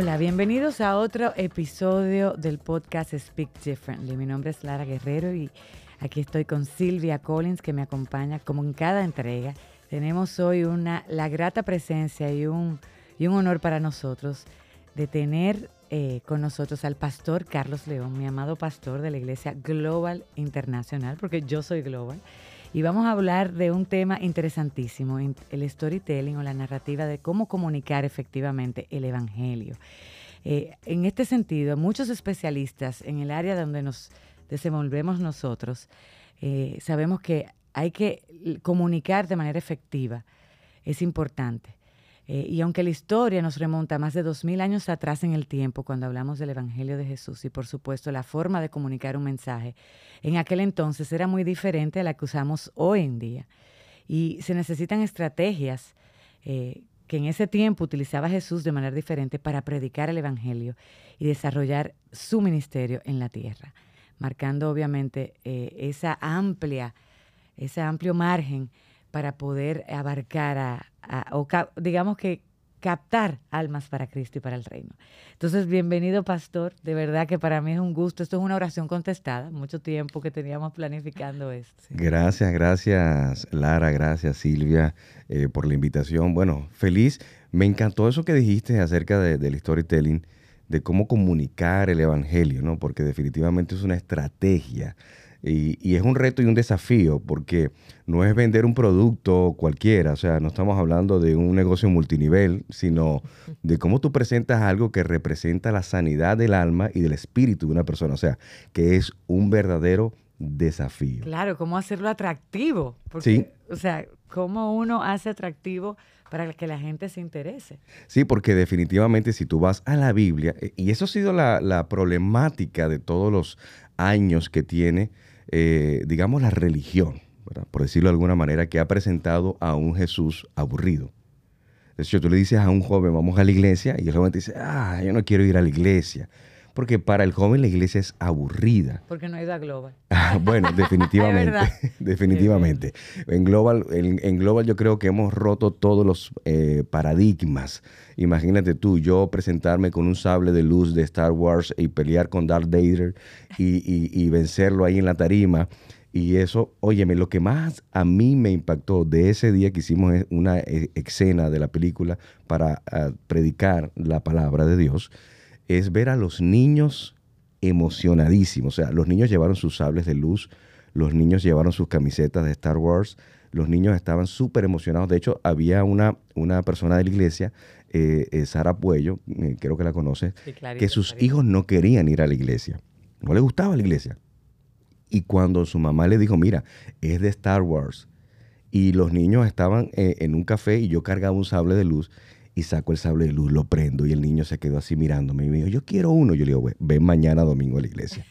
Hola, bienvenidos a otro episodio del podcast Speak Differently. Mi nombre es Lara Guerrero y aquí estoy con Silvia Collins, que me acompaña como en cada entrega. Tenemos hoy la grata presencia y un honor para nosotros de tener con nosotros al pastor Carlos León, mi amado pastor de la Iglesia Global Internacional, porque yo soy Global. Y vamos a hablar de un tema interesantísimo, el storytelling o la narrativa de cómo comunicar efectivamente el Evangelio. En este sentido, muchos especialistas en el área donde nos desenvolvemos nosotros, sabemos que hay que comunicar de manera efectiva, es importante. Y aunque la historia nos remonta a más de 2000 años atrás en el tiempo, cuando hablamos del Evangelio de Jesús y por supuesto la forma de comunicar un mensaje, en aquel entonces era muy diferente a la que usamos hoy en día. Y se necesitan estrategias que en ese tiempo utilizaba Jesús de manera diferente para predicar el Evangelio y desarrollar su ministerio en la tierra, marcando obviamente ese amplio margen para poder abarcar digamos que captar almas para Cristo y para el reino. Entonces, bienvenido, pastor. De verdad que para mí es un gusto. Esto es una oración contestada. Mucho tiempo que teníamos planificando esto. Sí. Gracias, Lara. Gracias, Silvia, por la invitación. Bueno, feliz. Me encantó eso que dijiste acerca del storytelling, de cómo comunicar el evangelio, ¿no? Porque definitivamente es una estrategia. Y es un reto y un desafío, porque no es vender un producto cualquiera, o sea, no estamos hablando de un negocio multinivel, sino de cómo tú presentas algo que representa la sanidad del alma y del espíritu de una persona, o sea, que es un verdadero desafío. Claro, cómo hacerlo atractivo, porque, sí. O sea, cómo uno hace atractivo para que la gente se interese. Sí, porque definitivamente si tú vas a la Biblia, y eso ha sido la problemática de todos los años que tiene, digamos, la religión, ¿verdad? Por decirlo de alguna manera, que ha presentado a un Jesús aburrido. De hecho, tú le dices a un joven, vamos a la iglesia, y el joven te dice, yo no quiero ir a la iglesia. Porque para el joven la iglesia es aburrida. Porque no ha ido a Global. Bueno, definitivamente. Definitivamente. En Global yo creo que hemos roto todos los paradigmas. Imagínate tú, yo presentarme con un sable de luz de Star Wars y pelear con Darth Vader y vencerlo ahí en la tarima. Y eso, óyeme, lo que más a mí me impactó de ese día que hicimos una escena de la película para predicar la palabra de Dios, es ver a los niños emocionadísimos. O sea, los niños llevaron sus sables de luz, los niños llevaron sus camisetas de Star Wars, los niños estaban súper emocionados. De hecho, había una persona de la iglesia, Sara Puello, creo que la conoces, sí, que sus hijos no querían ir a la iglesia, no les gustaba la iglesia. Y cuando su mamá le dijo, mira, es de Star Wars, y los niños estaban en un café y yo cargaba un sable de luz, y saco el sable de luz, lo prendo y el niño se quedó así mirándome y me dijo, yo quiero uno. Yo le digo, ven mañana domingo a la iglesia.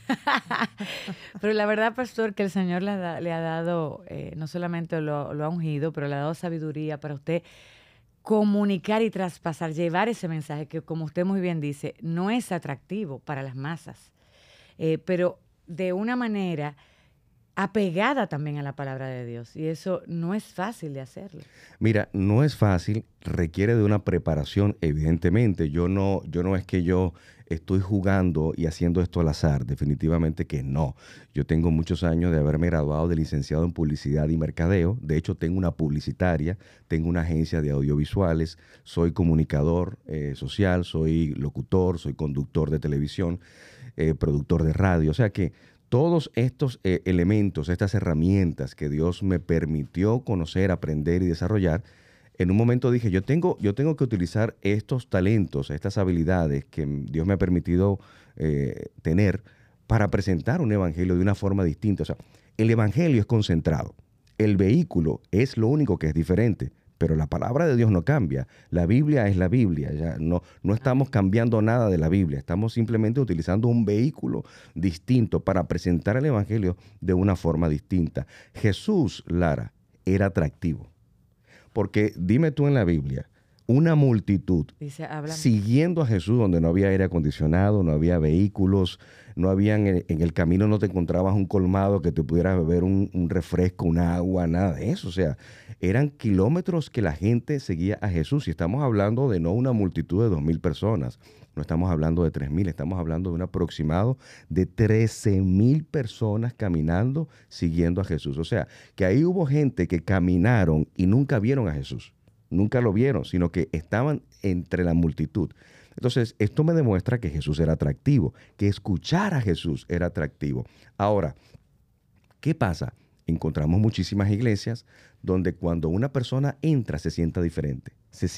Pero la verdad, pastor, que el Señor le ha dado, no solamente lo ha ungido, pero le ha dado sabiduría para usted comunicar y traspasar, llevar ese mensaje que, como usted muy bien dice, no es atractivo para las masas, pero de una manera apegada también a la palabra de Dios. Y eso no es fácil de hacerlo. Mira, no es fácil, requiere de una preparación, evidentemente. Yo no es que yo estoy jugando y haciendo esto al azar, definitivamente que no. Yo tengo muchos años de haberme graduado de licenciado en publicidad y mercadeo. De hecho, tengo una publicitaria, tengo una agencia de audiovisuales, soy comunicador social, soy locutor, soy conductor de televisión, productor de radio. O sea que todos estos elementos, estas herramientas que Dios me permitió conocer, aprender y desarrollar, en un momento dije, yo tengo que utilizar estos talentos, estas habilidades que Dios me ha permitido tener para presentar un evangelio de una forma distinta. O sea, el evangelio es concentrado. El vehículo es lo único que es diferente. Pero la palabra de Dios no cambia. La Biblia es la Biblia. Ya no estamos cambiando nada de la Biblia. Estamos simplemente utilizando un vehículo distinto para presentar el evangelio de una forma distinta. Jesús, Lara, era atractivo. Porque dime tú en la Biblia, una multitud siguiendo a Jesús donde no había aire acondicionado, no había vehículos, no habían en el camino no te encontrabas un colmado que te pudiera beber un refresco, un agua, nada de eso. O sea, Eran kilómetros que la gente seguía a Jesús. Y estamos hablando de no una multitud de 2,000 personas. No estamos hablando de 3,000. Estamos hablando de un aproximado de 13,000 personas caminando, siguiendo a Jesús. O sea, que ahí hubo gente que caminaron y nunca vieron a Jesús. Nunca lo vieron, sino que estaban entre la multitud. Entonces, esto me demuestra que Jesús era atractivo, que escuchar a Jesús era atractivo. Ahora, ¿qué pasa? Encontramos muchísimas iglesias donde cuando una persona entra se siente diferente.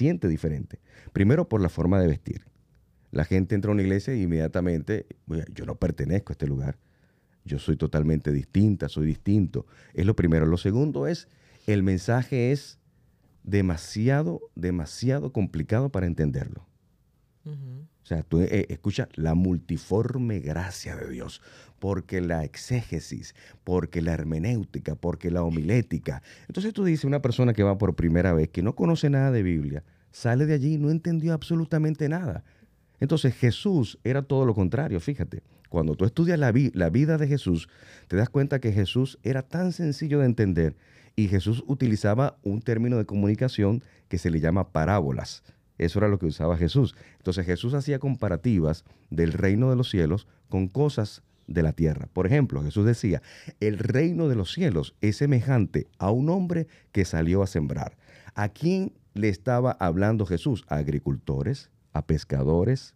Primero por la forma de vestir. La gente entra a una iglesia e inmediatamente, yo no pertenezco a este lugar. Yo soy totalmente distinta, soy distinto. Es lo primero. Lo segundo es, el mensaje es demasiado complicado para entenderlo. O sea, tú escuchas la multiforme gracia de Dios, porque la exégesis, porque la hermenéutica, porque la homilética. Entonces tú dices, una persona que va por primera vez, que no conoce nada de Biblia, sale de allí y no entendió absolutamente nada. Entonces Jesús era todo lo contrario, fíjate. Cuando tú estudias la vida de Jesús, te das cuenta que Jesús era tan sencillo de entender y Jesús utilizaba un término de comunicación que se le llama parábolas. Eso era lo que usaba Jesús. Entonces Jesús hacía comparativas del reino de los cielos con cosas de la tierra. Por ejemplo, Jesús decía, el reino de los cielos es semejante a un hombre que salió a sembrar. ¿A quién le estaba hablando Jesús? A agricultores, a pescadores,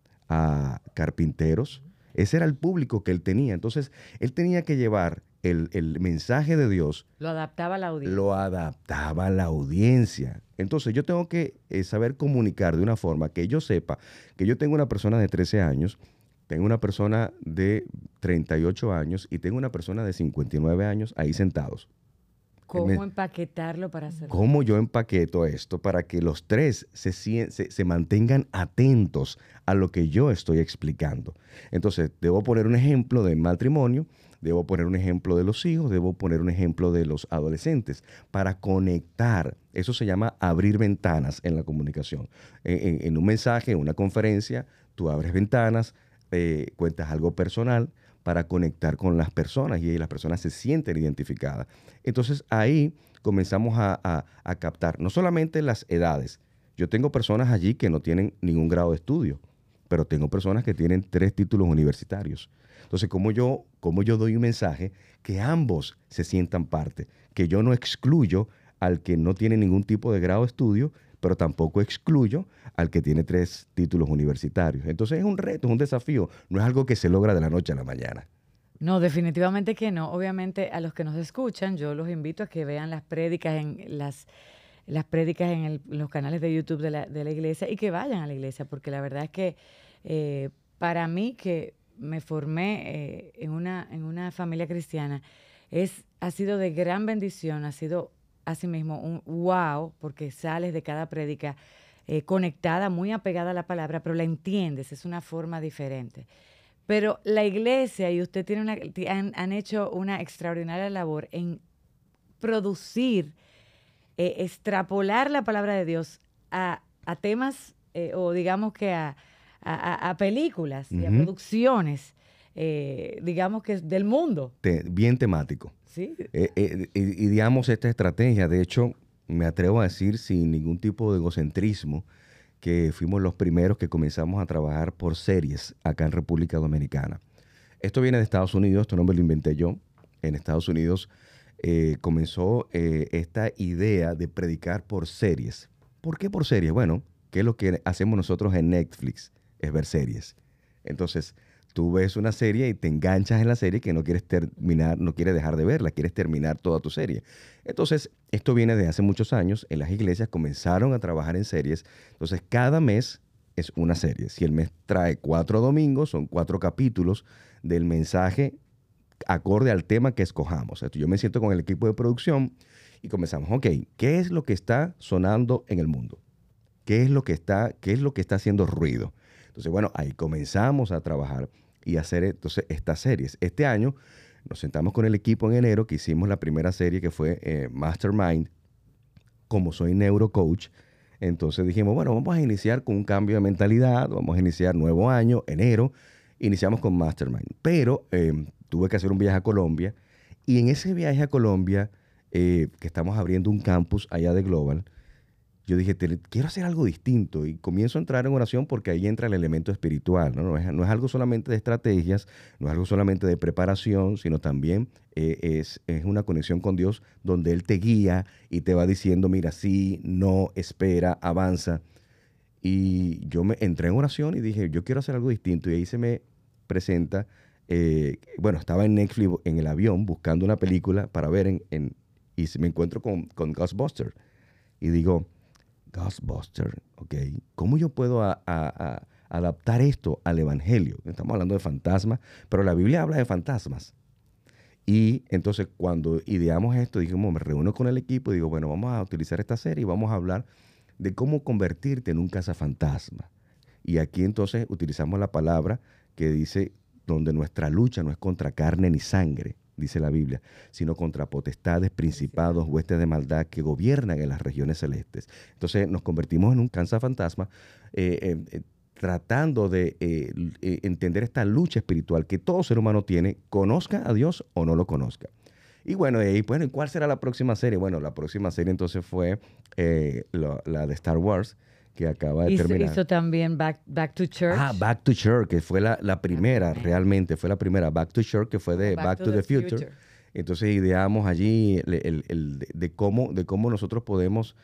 a carpinteros. Ese era el público que él tenía. Entonces, él tenía que llevar el mensaje de Dios. Lo adaptaba a la audiencia. Lo adaptaba a la audiencia. Entonces, yo tengo que saber comunicar de una forma que yo sepa que yo tengo una persona de 13 años, tengo una persona de 38 años y tengo una persona de 59 años ahí sentados. ¿Cómo empaquetarlo para hacerlo? ¿Cómo yo empaqueto esto para que los tres se mantengan atentos a lo que yo estoy explicando? Entonces, debo poner un ejemplo del matrimonio, debo poner un ejemplo de los hijos, debo poner un ejemplo de los adolescentes para conectar. Eso se llama abrir ventanas en la comunicación. En un mensaje, en una conferencia, tú abres ventanas, cuentas algo personal para conectar con las personas y las personas se sienten identificadas. Entonces ahí comenzamos a captar no solamente las edades. Yo tengo personas allí que no tienen ningún grado de estudio, pero tengo personas que tienen 3 títulos universitarios. Entonces, ¿cómo yo doy un mensaje que ambos se sientan parte? Que yo no excluyo al que no tiene ningún tipo de grado de estudio, pero tampoco excluyo al que tiene 3 títulos universitarios. Entonces es un reto, es un desafío. No es algo que se logra de la noche a la mañana. No, definitivamente que no. Obviamente a los que nos escuchan, yo los invito a que vean las prédicas en los canales de YouTube de la iglesia y que vayan a la iglesia, porque la verdad es que para mí, que me formé en una familia cristiana, ha sido de gran bendición, ha sido asimismo un wow, porque sales de cada prédica conectada, muy apegada a la palabra, pero la entiendes, es una forma diferente. Pero la iglesia y usted han hecho una extraordinaria labor en producir, extrapolar la palabra de Dios a temas o digamos que a películas y a producciones, digamos que del mundo. Bien temático. Sí. Y digamos, esta estrategia, de hecho, me atrevo a decir sin ningún tipo de egocentrismo, que fuimos los primeros que comenzamos a trabajar por series acá en República Dominicana. Esto viene de Estados Unidos, esto no me lo inventé yo. En Estados Unidos comenzó esta idea de predicar por series. ¿Por qué por series? Bueno, ¿qué es lo que hacemos nosotros en Netflix? Es ver series. Entonces, tú ves una serie y te enganchas en la serie que no quieres terminar, no quieres dejar de verla, quieres terminar toda tu serie. Entonces, esto viene de hace muchos años. En las iglesias comenzaron a trabajar en series. Entonces, cada mes es una serie. Si el mes trae 4 domingos, son 4 capítulos del mensaje acorde al tema que escojamos. Entonces, yo me siento con el equipo de producción y comenzamos. Ok, ¿qué es lo que está sonando en el mundo? ¿Qué es lo que está haciendo ruido? Entonces, bueno, ahí comenzamos a trabajar y hacer entonces estas series. Este año nos sentamos con el equipo en enero, que hicimos la primera serie que fue Mastermind. Como soy neurocoach, entonces dijimos, bueno, vamos a iniciar con un cambio de mentalidad, vamos a iniciar nuevo año, enero, iniciamos con Mastermind. Pero tuve que hacer un viaje a Colombia y en ese viaje a Colombia que estamos abriendo un campus allá de Global, yo dije, quiero hacer algo distinto y comienzo a entrar en oración porque ahí entra el elemento espiritual, ¿no? No es algo solamente de estrategias, no es algo solamente de preparación, sino también es una conexión con Dios donde Él te guía y te va diciendo, mira, sí, no, espera, avanza. Y yo me entré en oración y dije, yo quiero hacer algo distinto. Y ahí se me presenta, bueno, estaba en Netflix en el avión buscando una película para ver y me encuentro con Ghostbusters. Y digo, Ghostbusters, ¿ok? ¿Cómo yo puedo adaptar esto al Evangelio? Estamos hablando de fantasmas, pero la Biblia habla de fantasmas. Y entonces cuando ideamos esto, dijimos, me reúno con el equipo y digo, bueno, vamos a utilizar esta serie y vamos a hablar de cómo convertirte en un cazafantasma. Y aquí entonces utilizamos la palabra que dice, donde nuestra lucha no es contra carne ni sangre, dice la Biblia, sino contra potestades, principados, huestes de maldad que gobiernan en las regiones celestes. Entonces nos convertimos en un cazafantasma tratando de entender esta lucha espiritual que todo ser humano tiene, conozca a Dios o no lo conozca. Y bueno, ¿cuál será la próxima serie? Bueno, la próxima serie entonces fue la de Star Wars, que acaba de terminar. Hizo también Back to Church. Back to Church, que fue la primera, realmente fue la primera. Back to Church, que fue de Back to the Future. Entonces ideamos allí de cómo nosotros podemos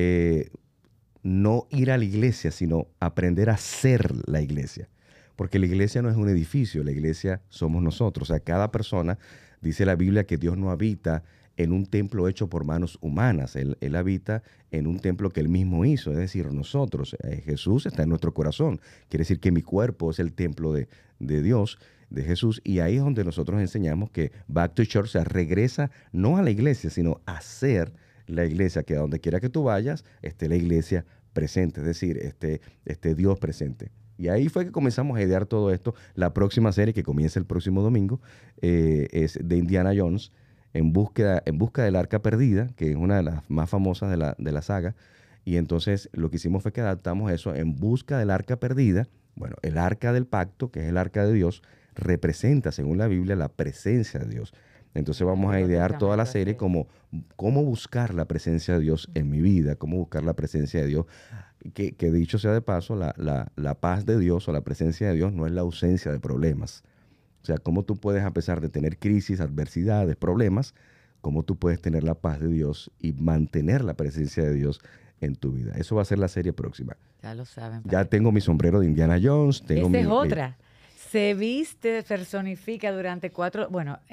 no ir a la iglesia, sino aprender a ser la iglesia. Porque la iglesia no es un edificio, la iglesia somos nosotros. O sea, cada persona, dice la Biblia, que Dios no habita en un templo hecho por manos humanas. Él habita en un templo que Él mismo hizo, es decir, nosotros. Jesús está en nuestro corazón. Quiere decir que mi cuerpo es el templo de Dios, de Jesús. Y ahí es donde nosotros enseñamos que Back to Church, o sea, regresa no a la iglesia, sino a ser la iglesia, que a donde quiera que tú vayas, esté la iglesia presente, es decir, esté Dios presente. Y ahí fue que comenzamos a idear todo esto. La próxima serie, que comienza el próximo domingo, es de Indiana Jones, en busca del Arca Perdida, que es una de las más famosas de la saga. Y entonces lo que hicimos fue que adaptamos eso, en busca del Arca Perdida. Bueno, el Arca del Pacto, que es el Arca de Dios, representa, según la Biblia, la presencia de Dios. Entonces vamos a idear toda la serie como cómo buscar la presencia de Dios en mi vida, cómo buscar la presencia de Dios. Que dicho sea de paso, la paz de Dios o la presencia de Dios no es la ausencia de problemas. O sea, cómo tú puedes, a pesar de tener crisis, adversidades, problemas, cómo tú puedes tener la paz de Dios y mantener la presencia de Dios en tu vida. Eso va a ser la serie próxima. Ya lo saben. Ya tengo mi sombrero de Indiana Jones. Esa es otra. Se viste, personifica durante 4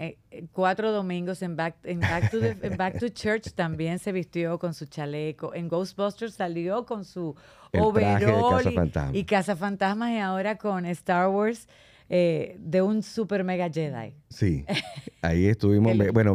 domingos en Back to Church. También se vistió con su chaleco. En Ghostbusters salió con su overall y cazafantasmas, y ahora con Star Wars de un super mega Jedi. Sí, ahí estuvimos.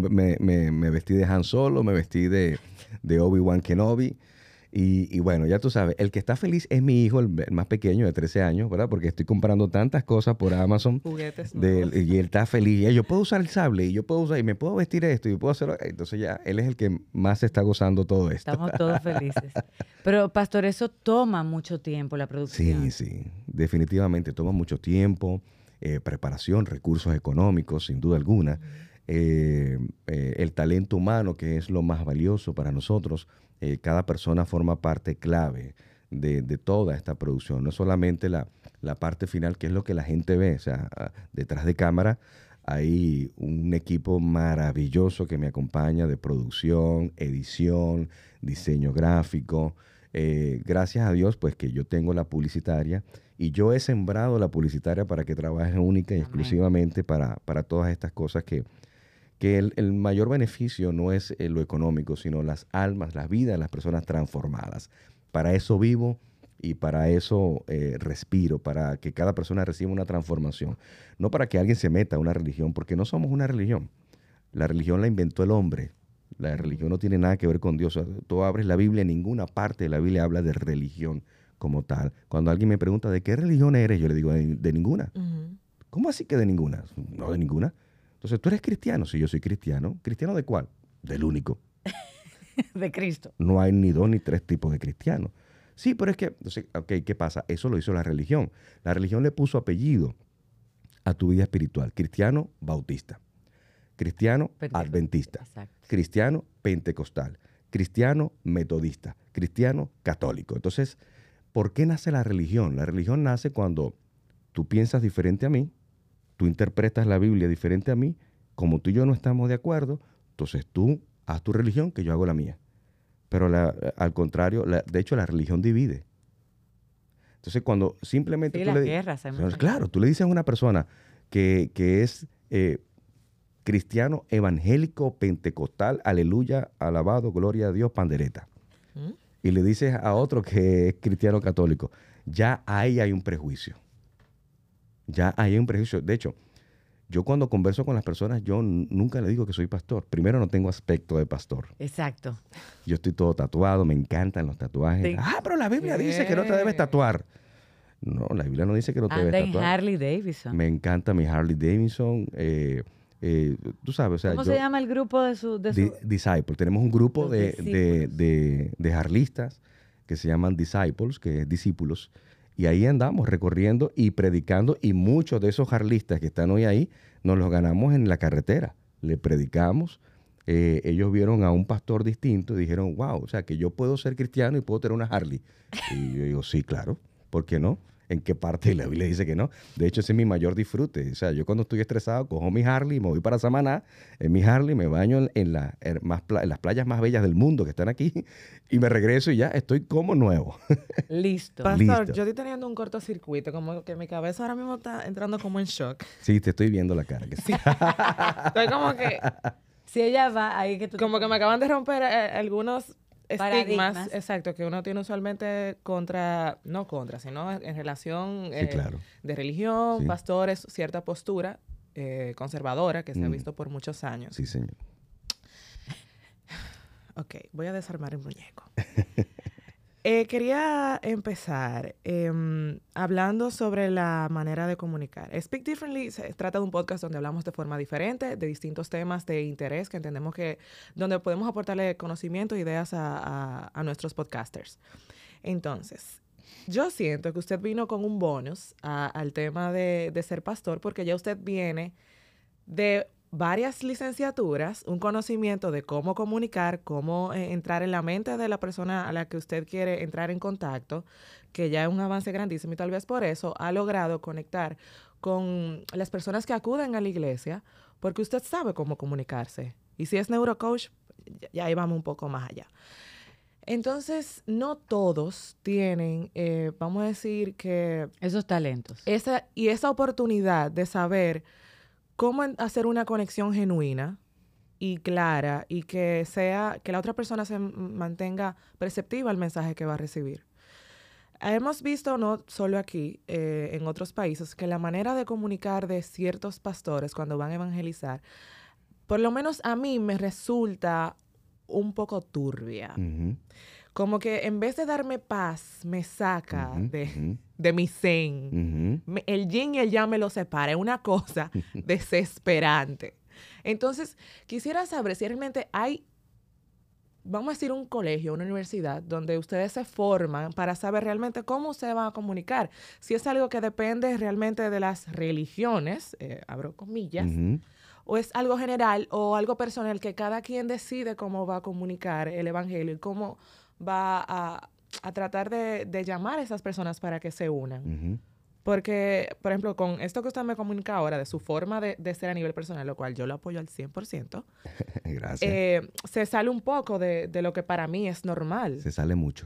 Me vestí de Han Solo, me vestí de Obi-Wan Kenobi. Y bueno, ya tú sabes, el que está feliz es mi hijo, el más pequeño, de 13 años, ¿verdad? Porque estoy comprando tantas cosas por Amazon. Juguetes y él está feliz. Y yo puedo usar el sable, y me puedo vestir esto, y puedo hacerlo. Entonces ya, él es el que más está gozando todo esto. Estamos todos felices. Pero, Pastor, eso toma mucho tiempo, la producción. Sí, definitivamente toma mucho tiempo, preparación, recursos económicos, sin duda alguna. El talento humano, que es lo más valioso para nosotros. Cada persona forma parte clave de toda esta producción. No solamente la parte final, que es lo que la gente ve. O sea, detrás de cámara hay un equipo maravilloso que me acompaña de producción, edición, diseño gráfico. Gracias a Dios, pues que yo tengo la publicitaria y yo he sembrado la publicitaria para que trabaje única y exclusivamente para todas estas cosas que el mayor beneficio no es lo económico, sino las almas, las vidas de las personas transformadas. Para eso vivo y para eso respiro, para que cada persona reciba una transformación. No para que alguien se meta a una religión, porque no somos una religión. La religión la inventó el hombre. La religión no tiene nada que ver con Dios. O sea, tú abres la Biblia, en ninguna parte de la Biblia habla de religión como tal. Cuando alguien me pregunta, ¿de qué religión eres? Yo le digo, de ninguna. Uh-huh. ¿Cómo así que de ninguna? No, de ninguna. Entonces, ¿tú eres cristiano? Sí, yo soy cristiano. ¿Cristiano de cuál? Del único. De Cristo. No hay ni 2 ni 3 tipos de cristianos. Sí, pero es que, entonces, ¿qué pasa? Eso lo hizo la religión. La religión le puso apellido a tu vida espiritual. Cristiano, bautista. cristiano adventista, Exacto. cristiano pentecostal, cristiano metodista, cristiano católico. Entonces, ¿por qué nace la religión? La religión nace cuando tú piensas diferente a mí, tú interpretas la Biblia diferente a mí, como tú y yo no estamos de acuerdo, entonces tú haz tu religión, que yo hago la mía. Pero al contrario, de hecho la religión divide. Entonces cuando simplemente Sí, tú las guerras. claro, tú le dices a una persona que es cristiano evangélico, pentecostal, aleluya, alabado, gloria a Dios, pandereta. Y le dices a otro que es cristiano católico, ya ahí hay un prejuicio. Ya ahí hay un prejuicio. De hecho, yo cuando converso con las personas, yo nunca le digo que soy pastor. Primero, no tengo aspecto de pastor. Exacto. Yo estoy todo tatuado, me encantan los tatuajes. Sí. Pero la Biblia dice que no te debes tatuar. No, la Biblia no dice que no te debes Anda en tatuar. Harley Davidson. Me encanta mi Harley Davidson. Tú sabes, o sea, ¿Cómo se llama el grupo de su...? Disciple. Tenemos un grupo Los de harlistas que se llaman Disciples, que es discípulos. Y ahí andamos recorriendo y predicando. Y muchos de esos harlistas que están hoy ahí, nos los ganamos en la carretera. Le predicamos. Ellos vieron a un pastor distinto y dijeron, wow, o sea, que yo puedo ser cristiano y puedo tener una Harley. Y yo digo, sí, claro. ¿Por qué no? ¿En qué parte de la Biblia dice que no? De hecho, ese es mi mayor disfrute. O sea, yo cuando estoy estresado, cojo mi Harley, me voy para Samaná, en mi Harley, me baño en las playas más bellas del mundo que están aquí y me regreso y ya estoy como nuevo. Listo. Pastor, Listo. yo estoy teniendo un cortocircuito, como que mi cabeza ahora mismo está entrando como en shock. Sí, te estoy viendo la cara. Que sí. Estoy como que, Si ella va, ahí que tú... como que me acaban de romper algunos Paradigmas. estigmas, exacto, que uno tiene usualmente sino en relación Sí, claro. de religión, Sí. pastores, cierta postura conservadora que se ha visto por muchos años. Sí, señor. Ok, voy a desarmar el muñeco. Quería empezar hablando sobre la manera de comunicar. Speak Differently se trata de un podcast donde hablamos de forma diferente, de distintos temas de interés que entendemos que donde podemos aportarle conocimiento e ideas a nuestros podcasters. Entonces, yo siento que usted vino con un bonus al tema de ser pastor porque ya usted viene de varias licenciaturas, un conocimiento de cómo comunicar, cómo entrar en la mente de la persona a la que usted quiere entrar en contacto, que ya es un avance grandísimo y tal vez por eso ha logrado conectar con las personas que acuden a la iglesia, porque usted sabe cómo comunicarse. Y si es neurocoach, ya ahí vamos un poco más allá. Entonces, no todos tienen, vamos a decir que... Esos talentos. esa oportunidad de saber cómo hacer una conexión genuina y clara y que la otra persona se mantenga perceptiva al mensaje que va a recibir. Hemos visto, no solo aquí, en otros países, que la manera de comunicar de ciertos pastores cuando van a evangelizar, por lo menos a mí me resulta un poco turbia. Uh-huh. Como que en vez de darme paz, me saca Uh-huh. de mi zen. Uh-huh. El yin y el yang me lo separa. Es una cosa desesperante. Entonces, quisiera saber si realmente hay, vamos a decir, un colegio, una universidad, donde ustedes se forman para saber realmente cómo se va a comunicar. Si es algo que depende realmente de las religiones, abro comillas, Uh-huh. o es algo general o algo personal que cada quien decide cómo va a comunicar el evangelio y cómo va a tratar de llamar a esas personas para que se unan. Uh-huh. Porque, por ejemplo, con esto que usted me comunica ahora, de su forma de ser a nivel personal, lo cual yo lo apoyo al 100%, Gracias. se sale un poco de lo que para mí es normal. Se sale mucho.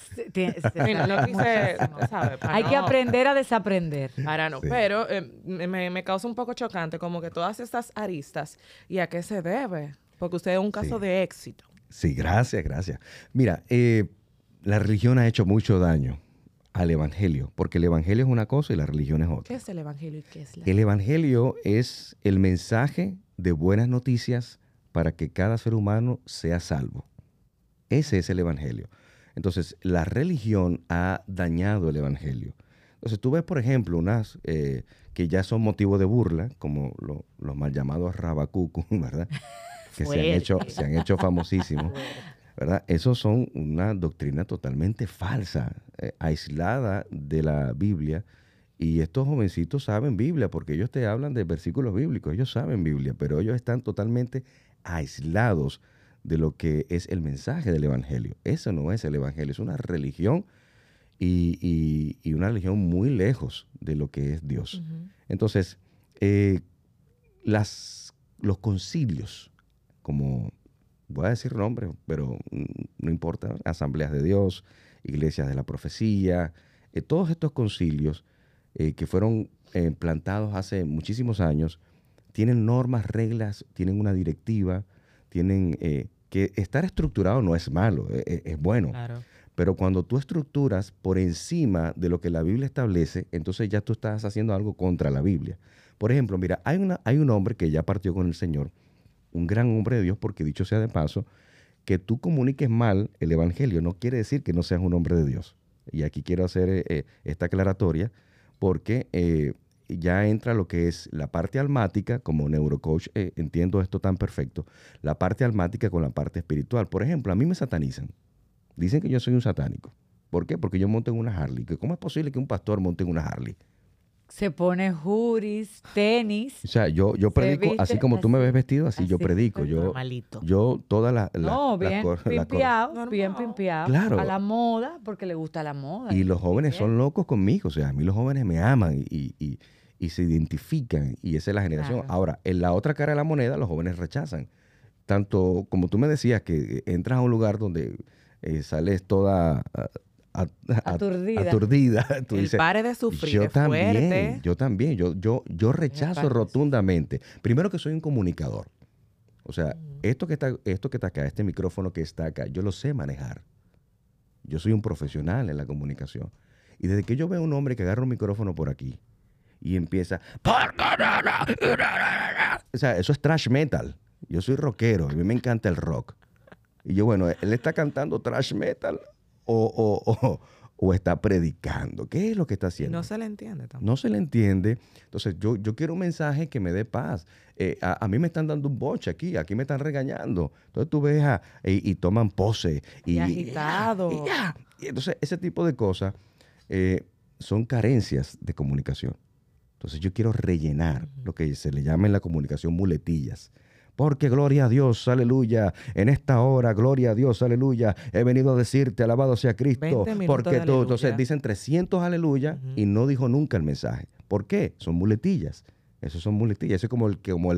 No quise, ¿sabe? Hay que aprender a desaprender. Para no, Sí. pero me causa un poco chocante como que todas estas aristas, ¿y a qué se debe? Porque usted es un caso Sí. de éxito. Sí, gracias. Mira, la religión ha hecho mucho daño al evangelio, porque el evangelio es una cosa y la religión es ¿Qué otra. es el evangelio y qué es la... El evangelio es el mensaje de buenas noticias para que cada ser humano sea salvo. Ese es el evangelio. Entonces, la religión ha dañado el evangelio. Entonces, tú ves, por ejemplo, unas que ya son motivo de burla, como los mal llamados rabacucu, ¿verdad? Que se han hecho famosísimos, ¿verdad? Esos son una doctrina totalmente falsa, aislada de la Biblia Y estos jovencitos saben Biblia porque ellos te hablan de versículos bíblicos, ellos saben Biblia, pero ellos están totalmente aislados de lo que es el mensaje del Evangelio. Eso no es el Evangelio, es una religión y una religión muy lejos de lo que es Dios. Entonces, los concilios, como voy a decir nombres, pero no importa, Asambleas de Dios, Iglesias de la Profecía, todos estos concilios que fueron plantados hace muchísimos años, tienen normas, reglas, tienen una directiva, tienen que estar estructurado no es malo, es bueno. Claro. Pero cuando tú estructuras por encima de lo que la Biblia establece, entonces ya tú estás haciendo algo contra la Biblia. Por ejemplo, mira, hay un hombre que ya partió con el Señor, un gran hombre de Dios, porque dicho sea de paso, que tú comuniques mal el Evangelio no quiere decir que no seas un hombre de Dios. Y aquí quiero hacer esta aclaratoria porque ya entra lo que es la parte almática, como neurocoach, entiendo esto tan perfecto, la parte almática con la parte espiritual. Por ejemplo, a mí me satanizan. Dicen que yo soy un satánico. ¿Por qué? Porque yo monto en una Harley. ¿Cómo es posible que un pastor monte en una Harley? Se pone juris, tenis. O sea, yo predico, así como tú me ves vestido, así yo predico. Yo toda la No, bien pimpeado, Normal. bien pimpeado. Claro. A la moda, porque le gusta la moda. Y los jóvenes Bien. son locos conmigo. O sea, a mí los jóvenes me aman y se identifican. Y esa es la generación. Claro. Ahora, en la otra cara de la moneda, los jóvenes rechazan. Tanto como tú me decías, que entras a un lugar donde sales toda aturdida. Tú El dices, pare de sufrir es fuerte. yo también. Yo rechazo rotundamente. Primero que soy un comunicador. O sea, esto que está acá, este micrófono que está acá, yo lo sé manejar. Yo soy un profesional en la comunicación. Y desde que yo veo a un hombre que agarra un micrófono por aquí y empieza... O sea, eso es thrash metal. Yo soy rockero, a mí me encanta el rock. Y yo, bueno, ¿él está cantando thrash metal o está predicando? ¿Qué es lo que está Y haciendo? no se le entiende tampoco. No se le entiende. Entonces, yo quiero un mensaje que me dé paz. A mí me están dando un boche aquí me están regañando. Entonces tú ves y toman pose. Y agitado. Y entonces, ese tipo de cosas son carencias de comunicación. Entonces, yo quiero rellenar lo que se le llama en la comunicación muletillas. Porque gloria a Dios, aleluya, en esta hora, gloria a Dios, aleluya, he venido a decirte, alabado sea Cristo, 20 minutos porque de tú, aleluya. entonces dicen 300 aleluya y no dijo nunca el mensaje. ¿Por qué? Son muletillas. Esos son muletillas. Eso es como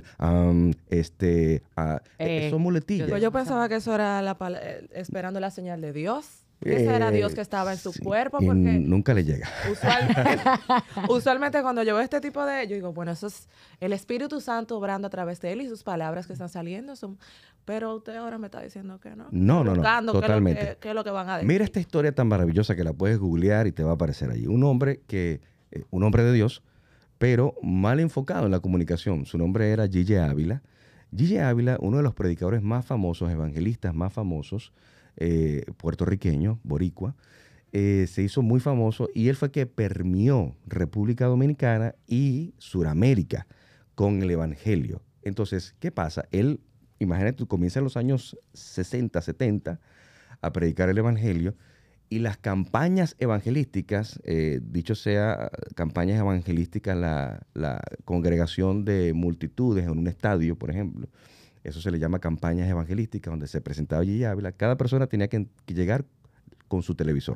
son muletillas. Pues yo pensaba que eso era esperando la señal de Dios. Ese era Dios que estaba en su cuerpo. Y Porque nunca le llega. usualmente cuando yo veo este tipo de... Yo digo, bueno, eso es el Espíritu Santo obrando a través de él y sus palabras que están saliendo son... Pero usted ahora me está diciendo que no. No, Buscando totalmente. qué es lo que van a decir. Mira esta historia tan maravillosa que la puedes googlear y te va a aparecer allí. Un hombre de Dios, pero mal enfocado en la comunicación. Su nombre era Gille Ávila. Gille Ávila, uno de los predicadores más famosos, evangelistas más famosos, puertorriqueño, boricua, se hizo muy famoso y él fue que permeó República Dominicana y Suramérica con el evangelio. Entonces, ¿qué pasa? Él, imagínate, tú comienzas en los años 60, 70 a predicar el evangelio y las campañas evangelísticas, dicho sea, campañas evangelísticas, la congregación de multitudes en un estadio, por ejemplo, eso se le llama campañas evangelísticas, donde se presentaba Gille Ávila. Cada persona tenía que llegar con su televisor.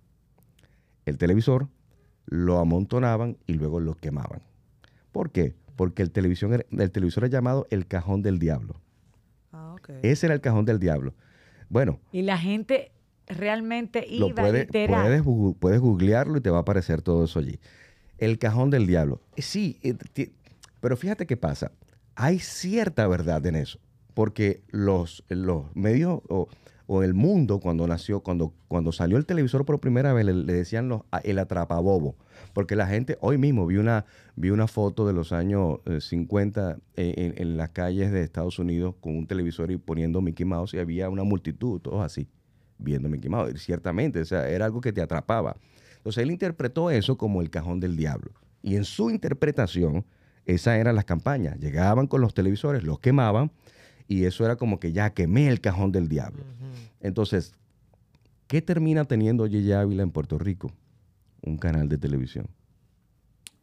El televisor lo amontonaban y luego lo quemaban. ¿Por qué? Porque el televisor era llamado el cajón del diablo. Okay. Ese era el cajón del diablo. Bueno. Y la gente realmente iba literal. Puedes googlearlo y te va a aparecer todo eso allí. El cajón del diablo. Sí, pero fíjate qué pasa. Hay cierta verdad en eso, porque los medios o el mundo cuando salió el televisor por primera vez le decían el atrapabobo, porque la gente, hoy mismo vi una foto de los años 50 en las calles de Estados Unidos con un televisor y poniendo Mickey Mouse y había una multitud, todos así, viendo Mickey Mouse. Y ciertamente, o sea, era algo que te atrapaba. Entonces él interpretó eso como el cajón del diablo. Y en su interpretación, esas eran las campañas. Llegaban con los televisores, los quemaban, y eso era como que ya quemé el cajón del diablo. Entonces, ¿qué termina teniendo Gille Ávila en Puerto Rico? Un canal de televisión.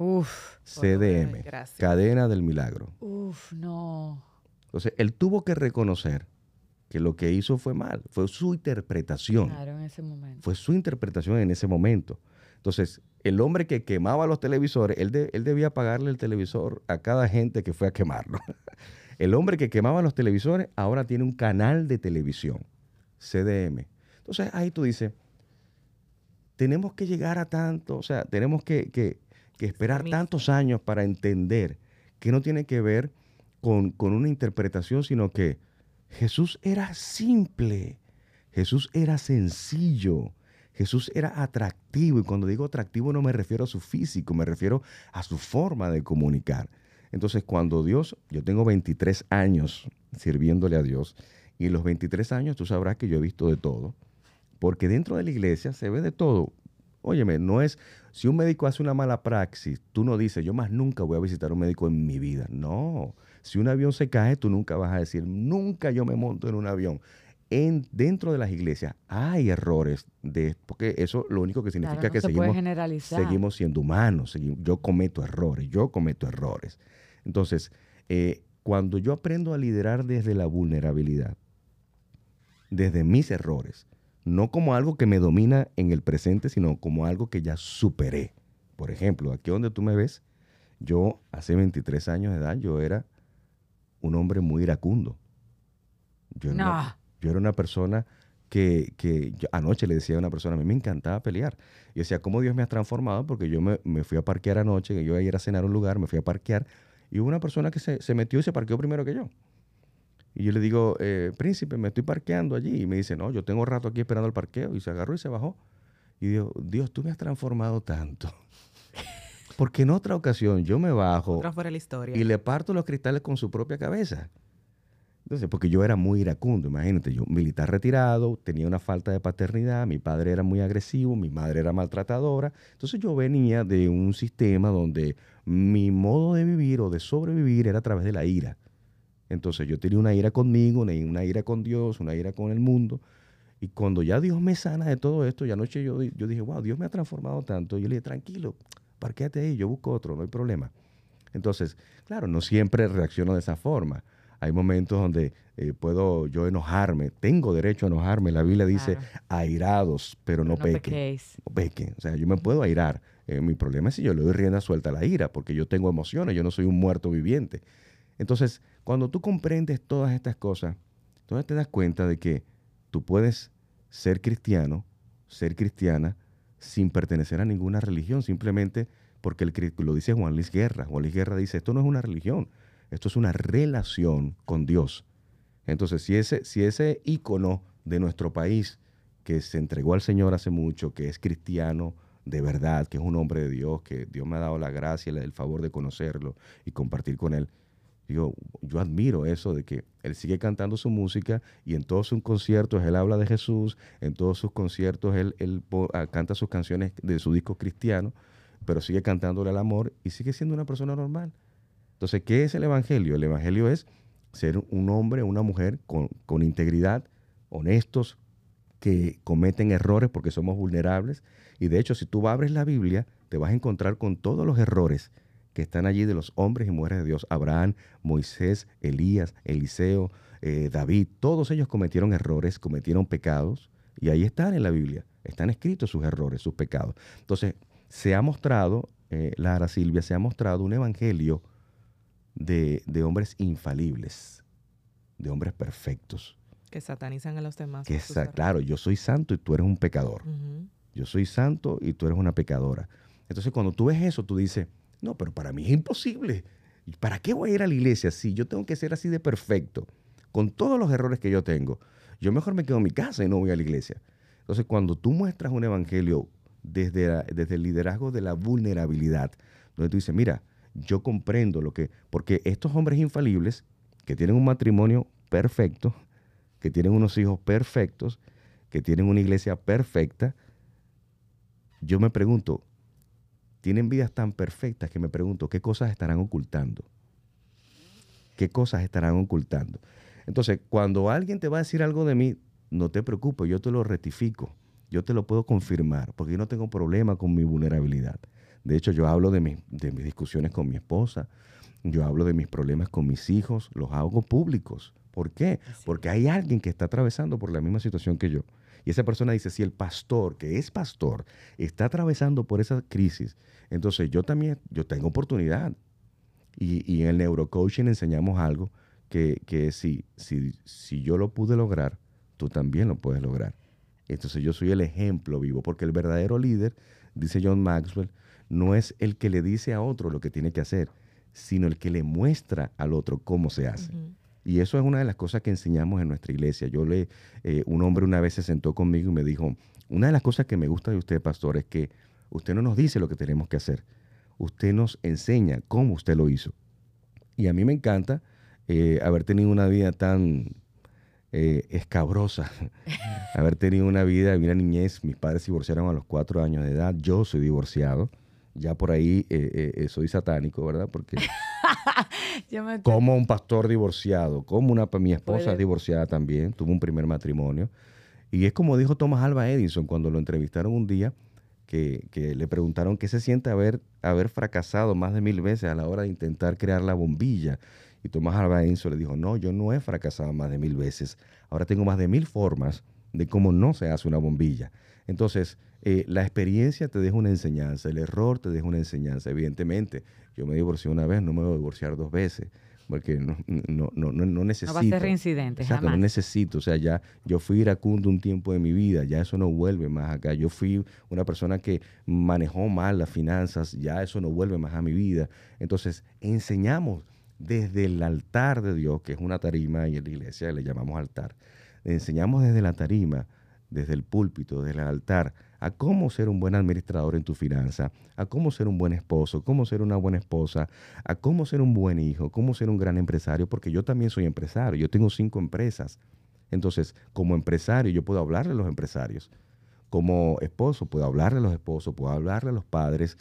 Uf, CDM, gracias. Cadena del Milagro. uf, no. Entonces, él tuvo que reconocer que lo que hizo fue mal, fue su interpretación. Claro, en ese momento. Fue su interpretación en ese momento. Entonces, el hombre que quemaba los televisores, él debía pagarle el televisor a cada gente que fue a quemarlo. El hombre que quemaba los televisores ahora tiene un canal de televisión, CDM. Entonces, ahí tú dices, tenemos que llegar a tanto, o sea, tenemos que esperar tantos años para entender que no tiene que ver con una interpretación, sino que Jesús era simple, Jesús era sencillo, Jesús era atractivo. Y cuando digo atractivo no me refiero a su físico, me refiero a su forma de comunicar. Entonces, cuando Dios, yo tengo 23 años sirviéndole a Dios, y en los 23 años tú sabrás que yo he visto de todo, porque dentro de la iglesia se ve de todo. Óyeme, no es, si un médico hace una mala praxis, tú no dices, yo más nunca voy a visitar a un médico en mi vida. No, si un avión se cae, tú nunca vas a decir, nunca yo me monto en un avión. Dentro de las iglesias hay errores, porque eso lo único que significa Claro, no que se puede generalizar. seguimos siendo humanos, yo cometo errores. Entonces, cuando yo aprendo a liderar desde la vulnerabilidad, desde mis errores, no como algo que me domina en el presente, sino como algo que ya superé. Por ejemplo, aquí donde tú me ves, yo hace 23 años de edad, yo era un hombre muy iracundo. Yo era una persona que yo anoche le decía a una persona, a mí me encantaba pelear. Yo decía, ¿cómo Dios me ha transformado? Porque yo me fui a parquear anoche, que yo iba a ir a cenar a un lugar, me fui a parquear, y hubo una persona que se metió y se parqueó primero que yo. Y yo le digo, príncipe, me estoy parqueando allí. Y me dice, no, yo tengo rato aquí esperando el parqueo. Y se agarró y se bajó. Y digo, Dios, tú me has transformado tanto. Porque en otra ocasión yo me bajo Otra fuera la historia. y le parto los cristales con su propia cabeza. Entonces, porque yo era muy iracundo, imagínate, yo militar retirado, tenía una falta de paternidad, mi padre era muy agresivo, mi madre era maltratadora. Entonces yo venía de un sistema donde mi modo de vivir o de sobrevivir era a través de la ira. Entonces yo tenía una ira conmigo, una ira con Dios, una ira con el mundo. Y cuando ya Dios me sana de todo esto, y anoche yo dije, wow, Dios me ha transformado tanto. Yo le dije, tranquilo, parquéate ahí, yo busco otro, no hay problema. Entonces, claro, no siempre reacciono de esa forma. Hay momentos donde puedo yo enojarme, tengo derecho a enojarme. La Biblia dice, airados, pero no pequen. No pequen. O sea, yo me puedo airar. Mi problema es si yo le doy rienda suelta a la ira, porque yo tengo emociones, yo no soy un muerto viviente. Entonces, cuando tú comprendes todas estas cosas, entonces te das cuenta de que tú puedes ser cristiano, ser cristiana, sin pertenecer a ninguna religión, simplemente porque lo dice Juan Luis Guerra. Juan Luis Guerra dice, esto no es una religión, esto es una relación con Dios. Entonces, si ese ícono de nuestro país, que se entregó al Señor hace mucho, que es cristiano de verdad, que es un hombre de Dios, que Dios me ha dado la gracia y el favor de conocerlo y compartir con él, yo admiro eso de que él sigue cantando su música y en todos sus conciertos él habla de Jesús, en todos sus conciertos él canta sus canciones de su disco cristiano, pero sigue cantándole al amor y sigue siendo una persona normal. Entonces, ¿qué es el Evangelio? El Evangelio es ser un hombre, una mujer con integridad, honestos, que cometen errores porque somos vulnerables. Y de hecho, si tú abres la Biblia, te vas a encontrar con todos los errores que están allí de los hombres y mujeres de Dios. Abraham, Moisés, Elías, Eliseo, David, todos ellos cometieron errores, cometieron pecados, y ahí están en la Biblia, están escritos sus errores, sus pecados. Entonces, se ha mostrado, Lara, Silvia, se ha mostrado un evangelio de hombres infalibles, de hombres perfectos. Que satanizan a los demás. Claro, yo soy santo y tú eres un pecador. Yo soy santo y tú eres una pecadora. Entonces, cuando tú ves eso, tú dices, no, pero para mí es imposible. ¿Para qué voy a ir a la iglesia si yo tengo que ser así de perfecto? Con todos los errores que yo tengo, yo mejor me quedo en mi casa y no voy a la iglesia. Entonces, cuando tú muestras un evangelio desde el liderazgo de la vulnerabilidad, donde tú dices, mira, yo comprendo porque estos hombres infalibles que tienen un matrimonio perfecto, que tienen unos hijos perfectos, que tienen una iglesia perfecta, yo me pregunto, tienen vidas tan perfectas que me pregunto, ¿qué cosas estarán ocultando? ¿Qué cosas estarán ocultando? Entonces, cuando alguien te va a decir algo de mí, no te preocupes, yo te lo rectifico, yo te lo puedo confirmar, porque yo no tengo problema con mi vulnerabilidad. De hecho, yo hablo de mis discusiones con mi esposa, yo hablo de mis problemas con mis hijos, los hago públicos. ¿Por qué? Porque hay alguien que está atravesando por la misma situación que yo. Y esa persona dice, si el pastor, que es pastor, está atravesando por esa crisis, entonces yo tengo oportunidad. Y en el neurocoaching enseñamos algo que si yo lo pude lograr, tú también lo puedes lograr. Entonces yo soy el ejemplo vivo, porque el verdadero líder, dice John Maxwell, no es el que le dice a otro lo que tiene que hacer, sino el que le muestra al otro cómo se hace. Uh-huh. Y eso es una de las cosas que enseñamos en nuestra iglesia. Un hombre una vez se sentó conmigo y me dijo, una de las cosas que me gusta de usted, pastor, es que usted no nos dice lo que tenemos que hacer. Usted nos enseña cómo usted lo hizo. Y a mí me encanta haber tenido una vida tan escabrosa, haber tenido una niñez. Mis padres se divorciaron a los 4 años de edad. Yo soy divorciado. Ya por ahí soy satánico, ¿verdad? Porque como un pastor divorciado, como mi esposa es divorciada también, tuvo un primer matrimonio. Y es como dijo Thomas Alva Edison cuando lo entrevistaron un día, que le preguntaron qué se siente haber fracasado más de 1000 veces a la hora de intentar crear la bombilla. Y Thomas Alva Edison le dijo, no, yo no he fracasado más de 1000 veces. Ahora tengo más de 1000 formas de cómo no se hace una bombilla. Entonces, la experiencia te deja una enseñanza, el error te deja una enseñanza. Evidentemente, yo me divorcié una vez, no me voy a divorciar 2 veces. Porque no necesito. No va a ser reincidente, exacto, jamás. No necesito. O sea, ya yo fui iracundo un tiempo de mi vida, ya eso no vuelve más acá. Yo fui una persona que manejó mal las finanzas, ya eso no vuelve más a mi vida. Entonces, enseñamos desde el altar de Dios, que es una tarima, y en la iglesia le llamamos altar. Enseñamos desde la tarima, desde el púlpito, desde el altar, a cómo ser un buen administrador en tu finanza, a cómo ser un buen esposo, cómo ser una buena esposa, a cómo ser un buen hijo, cómo ser un gran empresario, porque yo también soy empresario, yo tengo 5 empresas. Entonces, como empresario, yo puedo hablarle a los empresarios. Como esposo, puedo hablarle a los esposos, puedo hablarle a los padres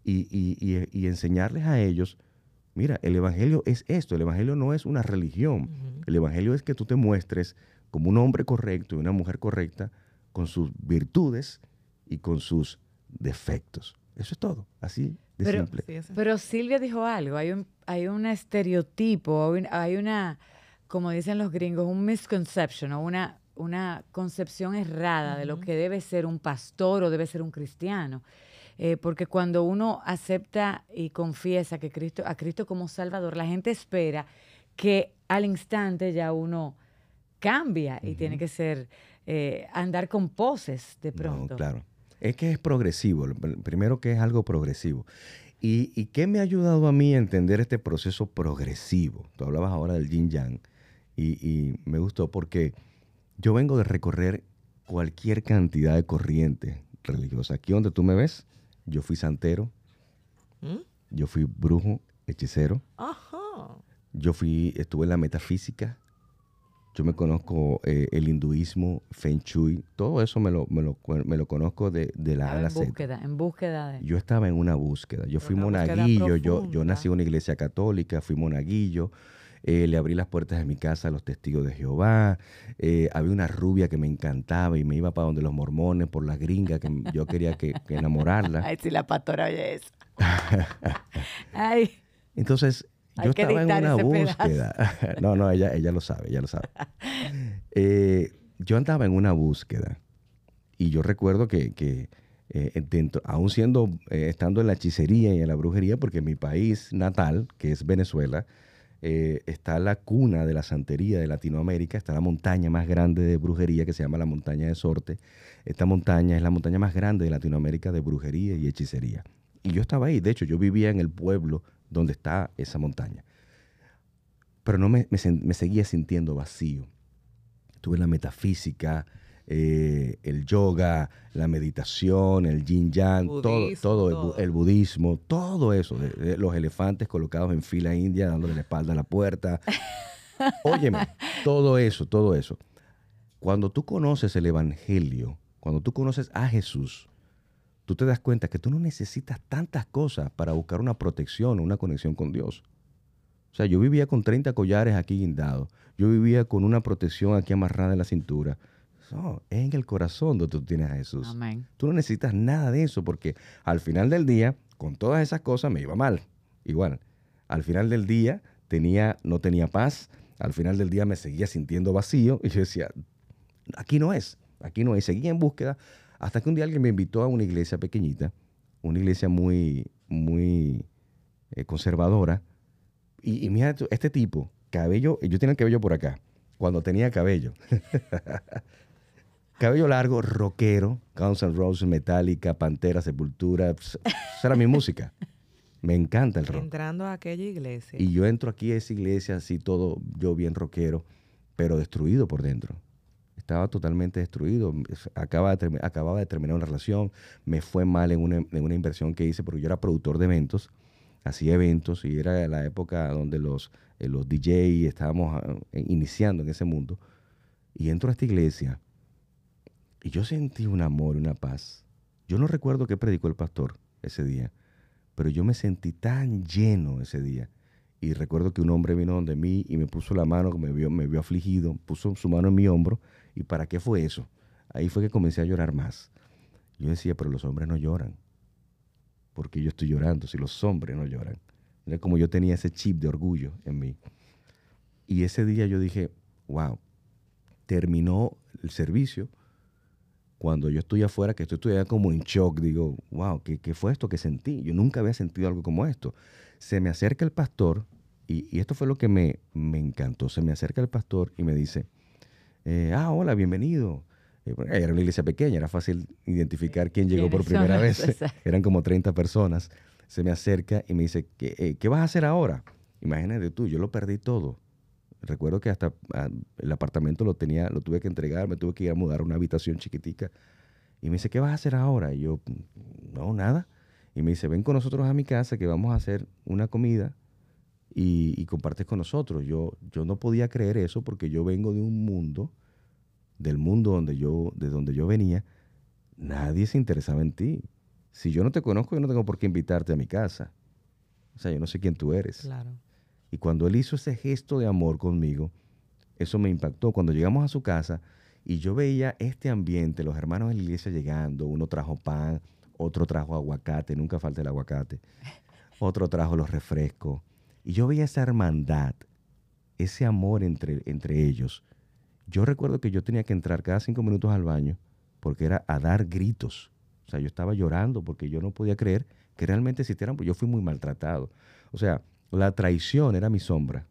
y enseñarles a ellos, mira, el evangelio es esto, el evangelio no es una religión. Uh-huh. El evangelio es que tú te muestres como un hombre correcto y una mujer correcta con sus virtudes y con sus defectos. Eso es todo, así de simple. Pero Silvia dijo algo, hay un estereotipo, hay una, como dicen los gringos, un misconception o una concepción errada uh-huh. de lo que debe ser un pastor o debe ser un cristiano. Porque cuando uno acepta y confiesa que a Cristo como Salvador, la gente espera que al instante ya uno cambia y uh-huh. tiene que ser, andar con poses de pronto. No, claro. Es que es progresivo. Primero que es algo progresivo. ¿Y qué me ha ayudado a mí a entender este proceso progresivo? Tú hablabas ahora del yin yang y me gustó porque yo vengo de recorrer cualquier cantidad de corrientes religiosas. Aquí donde tú me ves, yo fui santero, yo fui brujo, hechicero, Ajá. Estuve en la metafísica, yo me conozco el hinduismo, Feng Shui, todo eso me lo conozco de la A a la Z. En búsqueda de... Yo estaba en una búsqueda, yo fui monaguillo, yo nací en una iglesia católica, fui monaguillo, le abrí las puertas de mi casa a los testigos de Jehová, había una rubia que me encantaba y me iba para donde los mormones por las gringas, que yo quería que enamorarla. Ay, si la pastora oye eso. Ay. Entonces, yo estaba en una búsqueda. No, ella lo sabe, yo andaba en una búsqueda y yo recuerdo que aún estando en la hechicería y en la brujería, porque en mi país natal, que es Venezuela, está la cuna de la santería de Latinoamérica, está la montaña más grande de brujería que se llama la montaña de Sorte. Esta montaña es la montaña más grande de Latinoamérica de brujería y hechicería. Y yo estaba ahí, de hecho yo vivía en el pueblo donde está esa montaña. Pero no me seguía sintiendo vacío. Tuve la metafísica, el yoga, la meditación, el yin yang, todo. El budismo, todo eso, los elefantes colocados en fila india dándole la espalda a la puerta. Óyeme, todo eso. Cuando tú conoces el evangelio, cuando tú conoces a Jesús, tú te das cuenta que tú no necesitas tantas cosas para buscar una protección o una conexión con Dios. O sea, yo vivía con 30 collares aquí guindados. Yo vivía con una protección aquí amarrada en la cintura. No, es en el corazón donde tú tienes a Jesús. Amén. Tú no necesitas nada de eso porque al final del día, con todas esas cosas me iba mal. Igual, al final del día no tenía paz, al final del día me seguía sintiendo vacío y yo decía, aquí no es. Seguía en búsqueda hasta que un día alguien me invitó a una iglesia pequeñita, una iglesia muy, muy conservadora. Y mira, este tipo, cabello, yo tenía el cabello por acá, cuando tenía cabello. Cabello largo, rockero, Guns N' Roses, Metallica, Pantera, Sepultura. Esa era mi música. Me encanta el rock. Entrando a aquella iglesia. Y yo entro aquí a esa iglesia, así todo, yo bien rockero, pero destruido por dentro. Estaba totalmente destruido. Acababa de terminar una relación. Me fue mal en una inversión que hice porque yo era productor de eventos. Hacía eventos y era la época donde los DJ estábamos iniciando en ese mundo. Y entro a esta iglesia y yo sentí un amor, una paz. Yo no recuerdo qué predicó el pastor ese día, pero yo me sentí tan lleno ese día. Y recuerdo que un hombre vino donde mí y me puso la mano, me vio afligido, puso su mano en mi hombro. ¿Y para qué fue eso? Ahí fue que comencé a llorar más. Yo decía, pero los hombres no lloran. ¿Por qué yo estoy llorando si los hombres no lloran? Era como yo tenía ese chip de orgullo en mí. Y ese día yo dije, wow, terminó el servicio. Cuando yo estoy afuera, que estoy todavía como en shock, digo, wow, ¿qué fue esto que sentí? Yo nunca había sentido algo como esto. Se me acerca el pastor, y esto fue lo que me encantó. Se me acerca el pastor y me dice, hola, bienvenido. Era una iglesia pequeña, era fácil identificar quién llegó por primera vez. Eran como 30 personas. Se me acerca y me dice, ¿qué vas a hacer ahora? Imagínate tú, yo lo perdí todo. Recuerdo que hasta el apartamento lo tuve que entregar, me tuve que ir a mudar a una habitación chiquitica. Y me dice, ¿qué vas a hacer ahora? Y yo, no, nada. Y me dice, ven con nosotros a mi casa que vamos a hacer una comida y compartes con nosotros. Yo no podía creer eso porque yo vengo de un mundo, del mundo de donde yo venía. Nadie se interesaba en ti. Si yo no te conozco, yo no tengo por qué invitarte a mi casa. O sea, yo no sé quién tú eres. Claro. Y cuando él hizo ese gesto de amor conmigo, eso me impactó. Cuando llegamos a su casa y yo veía este ambiente, los hermanos de la iglesia llegando, uno trajo pan, otro trajo aguacate, nunca falta el aguacate, otro trajo los refrescos. Y yo veía esa hermandad, ese amor entre ellos. Yo recuerdo que yo tenía que entrar cada 5 minutos al baño porque era a dar gritos. O sea, yo estaba llorando porque yo no podía creer que realmente existieran, porque yo fui muy maltratado. O sea, la traición era mi sombra.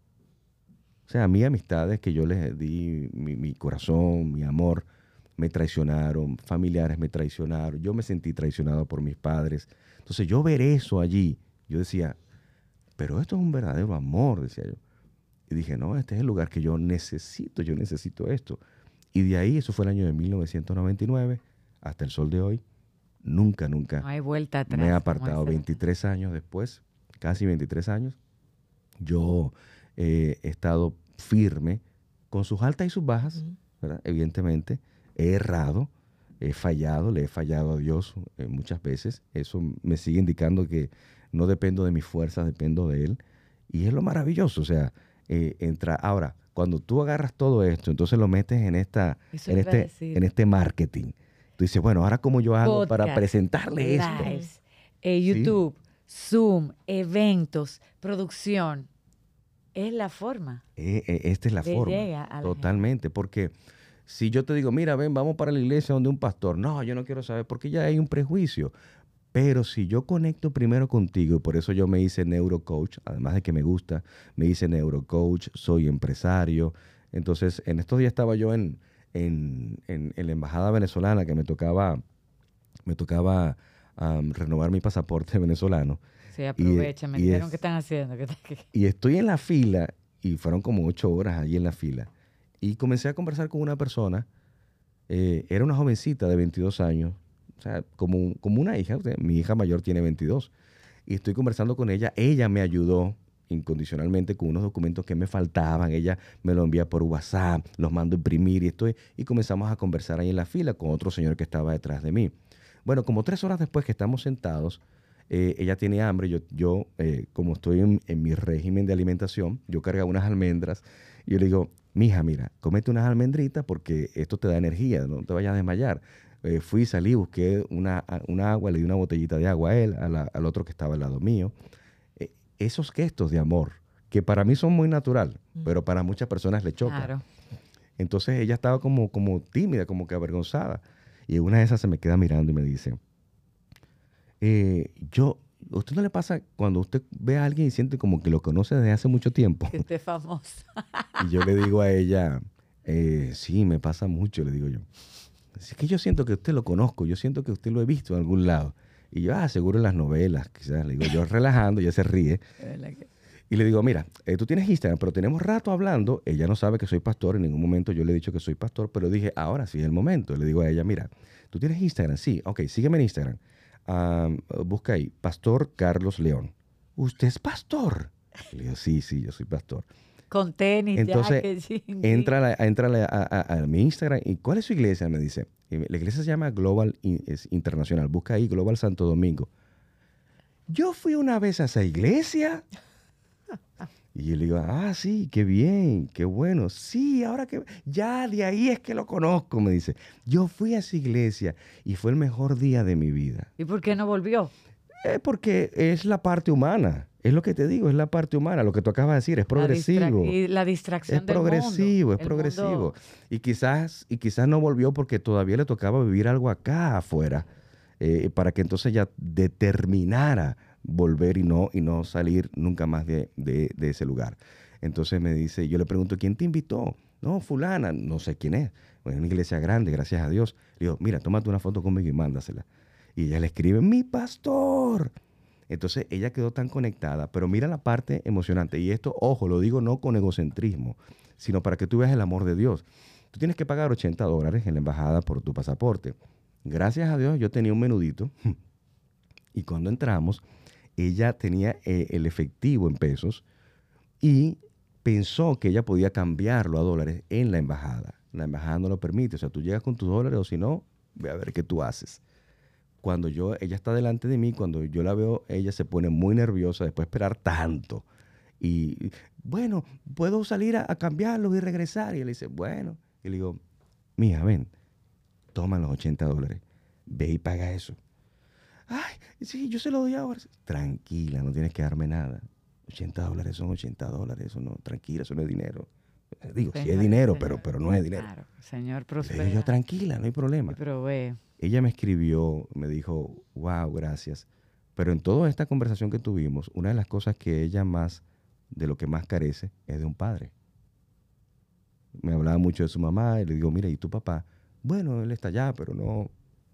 O sea, a mí amistades que yo les di mi corazón, mi amor, me traicionaron, familiares me traicionaron, yo me sentí traicionado por mis padres. Entonces yo ver eso allí, yo decía, pero esto es un verdadero amor, decía yo. Y dije, no, este es el lugar que yo necesito esto. Y de ahí, eso fue el año de 1999, hasta el sol de hoy, nunca No hay vuelta atrás. me he apartado. 23 años después, casi 23 años, yo he estado firme con sus altas y sus bajas, ¿verdad? Evidentemente, he errado, he fallado, le he fallado a Dios muchas veces. Eso me sigue indicando que no dependo de mis fuerzas, dependo de Él. Y es lo maravilloso, o sea, ahora, cuando tú agarras todo esto, entonces lo metes en este marketing. Tú dices, bueno, ahora cómo yo hago Podcast, para presentarle lives, esto. YouTube, Zoom, eventos, producción. Es la forma. Esta es la Le forma. llega a la Totalmente. Porque si yo te digo, mira, ven, vamos para la iglesia donde un pastor. No, yo no quiero saber, porque ya hay un prejuicio. Pero si yo conecto primero contigo, y por eso yo me hice neurocoach, además de que me gusta, me hice neurocoach, soy empresario. Entonces, en estos días estaba yo en la embajada venezolana, que me tocaba renovar mi pasaporte venezolano. Sí, aprovecha, me dijeron qué están haciendo. Y estoy en la fila, y fueron como 8 horas allí en la fila, y comencé a conversar con una persona, era una jovencita de 22 años, o sea, como una hija. Mi hija mayor tiene 22, y estoy conversando con ella. Ella me ayudó incondicionalmente con unos documentos que me faltaban. Ella me lo envía por WhatsApp, los mando a imprimir, y comenzamos a conversar ahí en la fila con otro señor que estaba detrás de mí. Bueno, como 3 horas después que estamos sentados, ella tiene hambre. Yo como estoy en mi régimen de alimentación, yo cargaba unas almendras y yo le digo, mija, mira, cómete unas almendritas porque esto te da energía, no te vayas a desmayar. Fui, salí, busqué una agua, le di una botellita de agua a él, al otro que estaba al lado mío. Esos gestos de amor, que para mí son muy natural, pero para muchas personas le chocan. Claro. Entonces ella estaba como tímida, como que avergonzada. Y una de esas se me queda mirando y me dice, ¿usted no le pasa cuando usted ve a alguien y siente como que lo conoce desde hace mucho tiempo? Que esté famosa. Y yo le digo a ella, sí, me pasa mucho, le digo yo. Es que yo siento que usted lo conozco, yo siento que usted lo he visto en algún lado. Y yo, seguro en las novelas, quizás. Le digo, yo relajando, ella se ríe. Y le digo, mira, tú tienes Instagram, pero tenemos rato hablando. Ella no sabe que soy pastor, en ningún momento yo le he dicho que soy pastor, pero dije, ahora sí es el momento. Le digo a ella, mira, ¿tú tienes Instagram? Sí, ok, sígueme en Instagram. Busca ahí, Pastor Carlos León. ¿Usted es pastor? Le digo, sí, yo soy pastor. Con tenis, entonces, entra a mi Instagram. ¿Y cuál es su iglesia? Me dice. La iglesia se llama Global Internacional. Busca ahí Global Santo Domingo. Yo fui una vez a esa iglesia. Y yo le digo, sí, qué bien, qué bueno. Sí, ahora que ya de ahí es que lo conozco, me dice. Yo fui a esa iglesia y fue el mejor día de mi vida. ¿Y por qué no volvió? Porque es la parte humana. Es lo que te digo, es la parte humana. Lo que tú acabas de decir, es progresivo. Y la distracción es progresivo, es progresivo. Y quizás no volvió porque todavía le tocaba vivir algo acá afuera, para que entonces ya determinara volver y no salir nunca más de ese lugar. Entonces me dice, yo le pregunto, ¿quién te invitó? No, fulana, no sé quién es. Es una iglesia grande, gracias a Dios. Le digo, mira, tómate una foto conmigo y mándasela. Y ella le escribe, mi pastor. Entonces ella quedó tan conectada, pero mira la parte emocionante. Y esto, ojo, lo digo no con egocentrismo, sino para que tú veas el amor de Dios. Tú tienes que pagar $80 en la embajada por tu pasaporte. Gracias a Dios yo tenía un menudito y cuando entramos, ella tenía el efectivo en pesos y pensó que ella podía cambiarlo a dólares en la embajada. La embajada no lo permite. O sea, tú llegas con tus dólares o si no, ve a ver qué tú haces. Cuando ella está delante de mí, cuando yo la veo, ella se pone muy nerviosa después de esperar tanto. Y bueno, ¿puedo salir a cambiarlos y regresar? Y él dice, bueno. Y le digo, mija, ven, toma los $80. Ve y paga eso. Ay, sí, yo se lo doy ahora. Tranquila, no tienes que darme nada. $80 son $80. Eso no, tranquila, eso no es dinero. Digo, sí es dinero, pero no es dinero. Claro, Señor, prospera. Le digo yo, tranquila, no hay problema. Y provee. Ella me escribió, me dijo, wow, gracias. Pero en toda esta conversación que tuvimos, una de las cosas que ella de lo que más carece, es de un padre. Me hablaba mucho de su mamá y le digo, mira, ¿y tu papá? Bueno, él está allá, pero no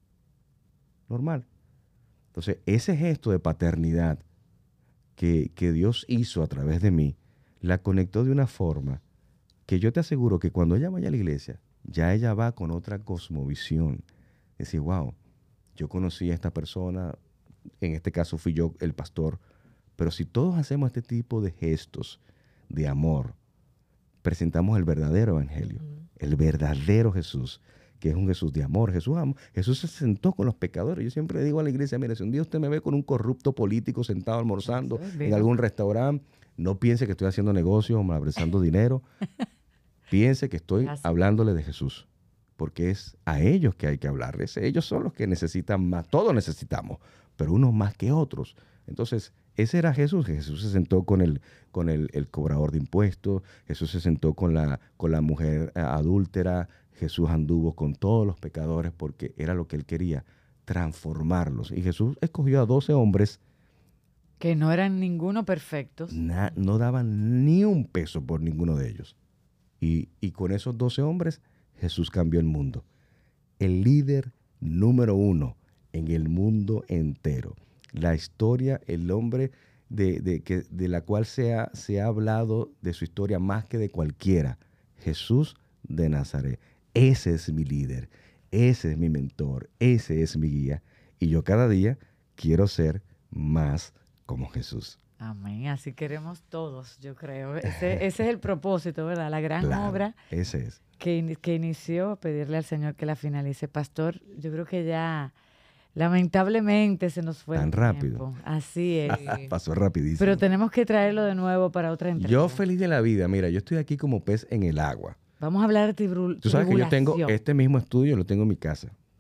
normal. Entonces, ese gesto de paternidad que Dios hizo a través de mí, la conectó de una forma que yo te aseguro que cuando ella vaya a la iglesia, ya ella va con otra cosmovisión. Decir, wow, yo conocí a esta persona, en este caso fui yo el pastor, pero si todos hacemos este tipo de gestos de amor, presentamos el verdadero evangelio, el verdadero Jesús, que es un Jesús de amor. Jesús se sentó con los pecadores. Yo siempre le digo a la iglesia, mire, si un día usted me ve con un corrupto político sentado almorzando en algún restaurante, no piense que estoy haciendo negocios o malversando dinero. Piense que estoy hablándole de Jesús. Porque es a ellos que hay que hablarles. Ellos son los que necesitan más. Todos necesitamos, pero unos más que otros. Entonces, ese era Jesús. Jesús se sentó con el cobrador de impuestos. Jesús se sentó con la mujer adúltera. Jesús anduvo con todos los pecadores porque era lo que él quería, transformarlos. Y Jesús escogió a 12 hombres. Que no eran ninguno perfectos. No daban ni un peso por ninguno de ellos. Y con esos 12 hombres, Jesús cambió el mundo. El líder número 1 en el mundo entero. La historia, el hombre de la cual se ha hablado de su historia más que de cualquiera. Jesús de Nazaret. Ese es mi líder. Ese es mi mentor. Ese es mi guía. Y yo cada día quiero ser más como Jesús. Amén. Así queremos todos, yo creo. Ese es el propósito, ¿verdad? La gran obra. Ese es. Que inició, pedirle al Señor que la finalice. Pastor, yo creo que ya lamentablemente se nos fue tan rápido. Tiempo. Así es. Pasó rapidísimo. Pero tenemos que traerlo de nuevo para otra entrega. Yo feliz de la vida. Mira, yo estoy aquí como pez en el agua. Vamos a hablar de tribulación. Tú sabes que yo tengo este mismo estudio, lo tengo en mi casa.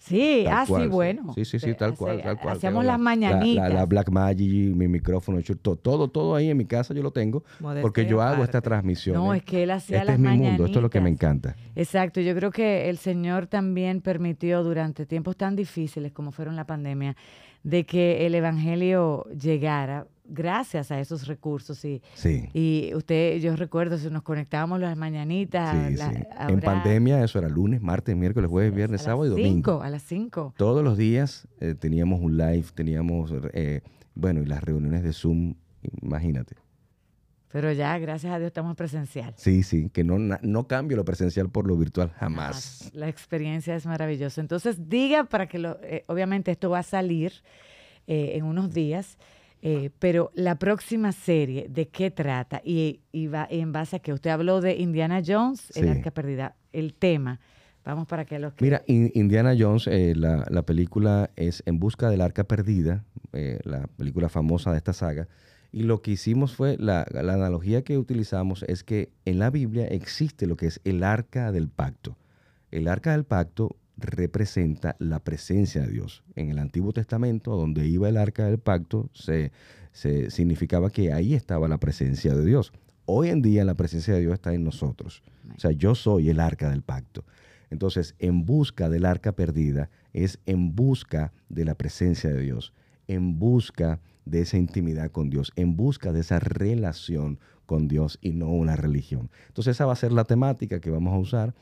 Sí, Tal sí, cual, bueno. Sí, tal cual. Hacíamos Tengo las mañanitas. La Blackmagic, mi micrófono, todo ahí en mi casa yo lo tengo porque Modestia yo hago esta aparte. transmisión. No, es que él hacía Este las es mi mañanitas. mundo, esto es lo que me encanta. Exacto, yo creo que el Señor también permitió durante tiempos tan difíciles como fueron la pandemia, de que el Evangelio llegara gracias a esos recursos. Sí. Y yo recuerdo, si nos conectábamos las mañanitas. Sí. En pandemia eso era lunes, martes, miércoles, jueves, viernes, sábado y domingo. A las 5. Todos los días teníamos un live, teníamos, y las reuniones de Zoom, imagínate. Pero ya, gracias a Dios, estamos presencial. Sí, que no cambio lo presencial por lo virtual jamás. La experiencia es maravillosa. Entonces, diga para que obviamente esto va a salir en unos días, pero la próxima serie, ¿de qué trata? Y va en base a que usted habló de Indiana Jones, el Arca Perdida, el tema. Vamos para que los que... Mira, Indiana Jones, la película es En busca del Arca Perdida, la película famosa de esta saga. Y lo que hicimos fue, la analogía que utilizamos es que en la Biblia existe lo que es el Arca del Pacto. El Arca del Pacto representa la presencia de Dios. En el Antiguo Testamento, donde iba el Arca del Pacto, se significaba que ahí estaba la presencia de Dios. Hoy en día la presencia de Dios está en nosotros. O sea, yo soy el Arca del Pacto. Entonces, en busca del Arca Perdida es en busca de la presencia de Dios, en busca de esa intimidad con Dios, en busca de esa relación con Dios y no una religión. Entonces, esa va a ser la temática que vamos a usar.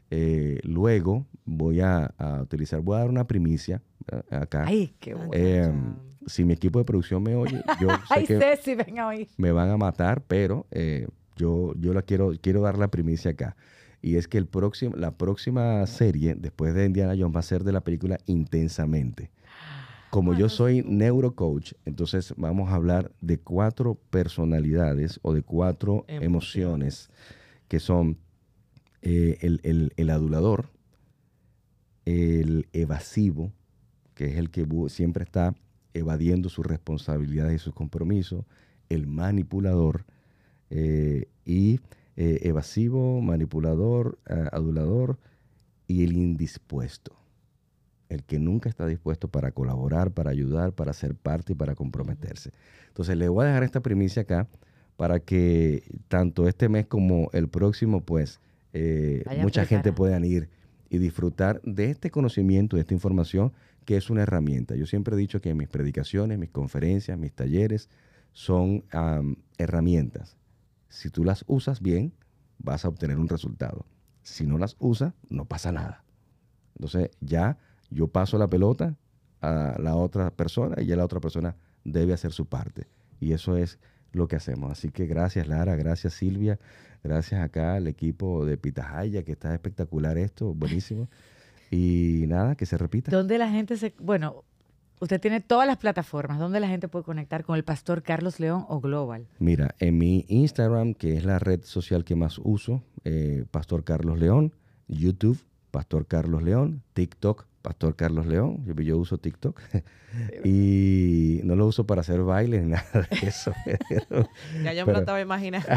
Luego voy a dar una primicia acá. ¡Ay, qué bueno! Si mi equipo de producción me oye, yo sé ¡Ay, que Ceci, ven a oír! Me van a matar, pero yo quiero dar la primicia acá. Y es que la próxima serie, después de Indiana Jones, va a ser de la película Intensamente. Como yo soy neurocoach, entonces vamos a hablar de 4 personalidades o de 4 emociones que son el adulador, el evasivo, que es el que siempre está evadiendo sus responsabilidades y sus compromisos, el manipulador evasivo, manipulador, adulador y el indispuesto. El que nunca está dispuesto para colaborar, para ayudar, para ser parte y para comprometerse. Entonces, le voy a dejar esta primicia acá para que tanto este mes como el próximo, pues, mucha gente puedan ir y disfrutar de este conocimiento, de esta información, que es una herramienta. Yo siempre he dicho que mis predicaciones, mis conferencias, mis talleres son herramientas. Si tú las usas bien, vas a obtener un resultado. Si no las usas, no pasa nada. Entonces, ya yo paso la pelota a la otra persona y ya la otra persona debe hacer su parte. Y eso es lo que hacemos. Así que gracias, Lara, gracias, Silvia, gracias acá al equipo de Pitahaya, que está espectacular esto, buenísimo. Y nada, que se repita. ¿Dónde la gente usted tiene todas las plataformas, ¿dónde la gente puede conectar con el Pastor Carlos León o Global? Mira, en mi Instagram, que es la red social que más uso, Pastor Carlos León, YouTube, Pastor Carlos León, TikTok, Pastor Carlos León, yo uso TikTok y no lo uso para hacer baile ni nada de eso. Ya yo me lo estaba imaginando.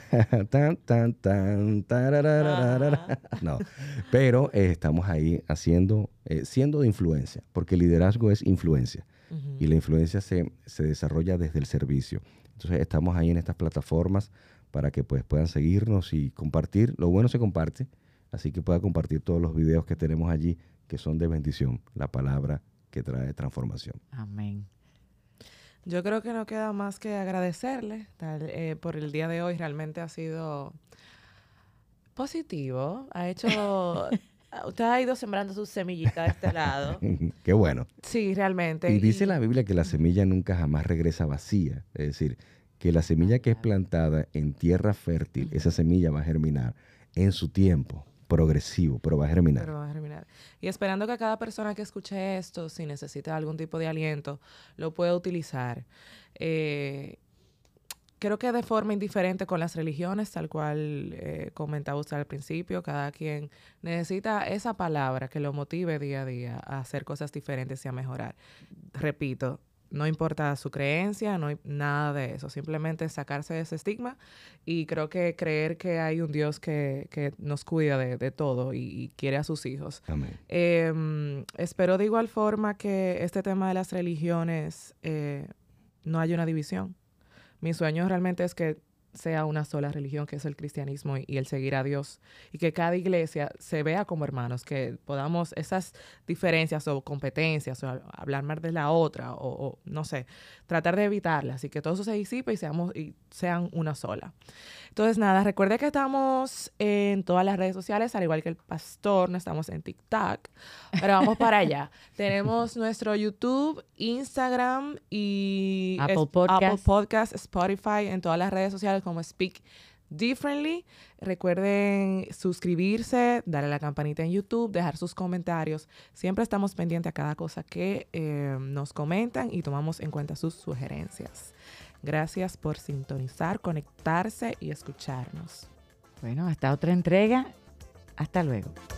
No, pero estamos ahí siendo de influencia, porque el liderazgo es influencia y la influencia se desarrolla desde el servicio. Entonces estamos ahí en estas plataformas para que pues puedan seguirnos y compartir. Lo bueno se comparte, así que pueda compartir todos los videos que tenemos allí, que son de bendición, la palabra que trae transformación. Amén. Yo creo que no queda más que agradecerle por el día de hoy. Realmente ha sido positivo. Usted ha ido sembrando sus semillitas de este lado. Qué bueno. Sí, realmente. Y dice la Biblia que la semilla nunca jamás regresa vacía. Es decir, que la semilla que es plantada en tierra fértil, esa semilla va a germinar en su tiempo. Progresivo, pero va a germinar. Y esperando que cada persona que escuche esto, si necesita algún tipo de aliento, lo pueda utilizar. Creo que de forma indiferente con las religiones, tal cual comentaba usted al principio, cada quien necesita esa palabra que lo motive día a día a hacer cosas diferentes y a mejorar. Repito, no importa su creencia, no hay nada de eso. Simplemente sacarse de ese estigma y creo que creer que hay un Dios que nos cuida de todo y quiere a sus hijos. Amén. Espero de igual forma que este tema de las religiones no haya una división. Mi sueño realmente es que sea una sola religión, que es el cristianismo y el seguir a Dios. Y que cada iglesia se vea como hermanos, que podamos esas diferencias o competencias o hablar más de la otra o no sé, tratar de evitarlas y que todo eso se disipe y sean una sola. Entonces, nada, recuerde que estamos en todas las redes sociales, al igual que el pastor, no estamos en TikTok, pero vamos para allá. Tenemos nuestro YouTube, Instagram y Apple Podcast, Spotify, en todas las redes sociales como Speak Differently. Recuerden suscribirse, darle a la campanita en YouTube, dejar sus comentarios. Siempre estamos pendientes a cada cosa que nos comentan y tomamos en cuenta sus sugerencias. Gracias por sintonizar, conectarse y escucharnos. Bueno, hasta otra entrega. Hasta luego.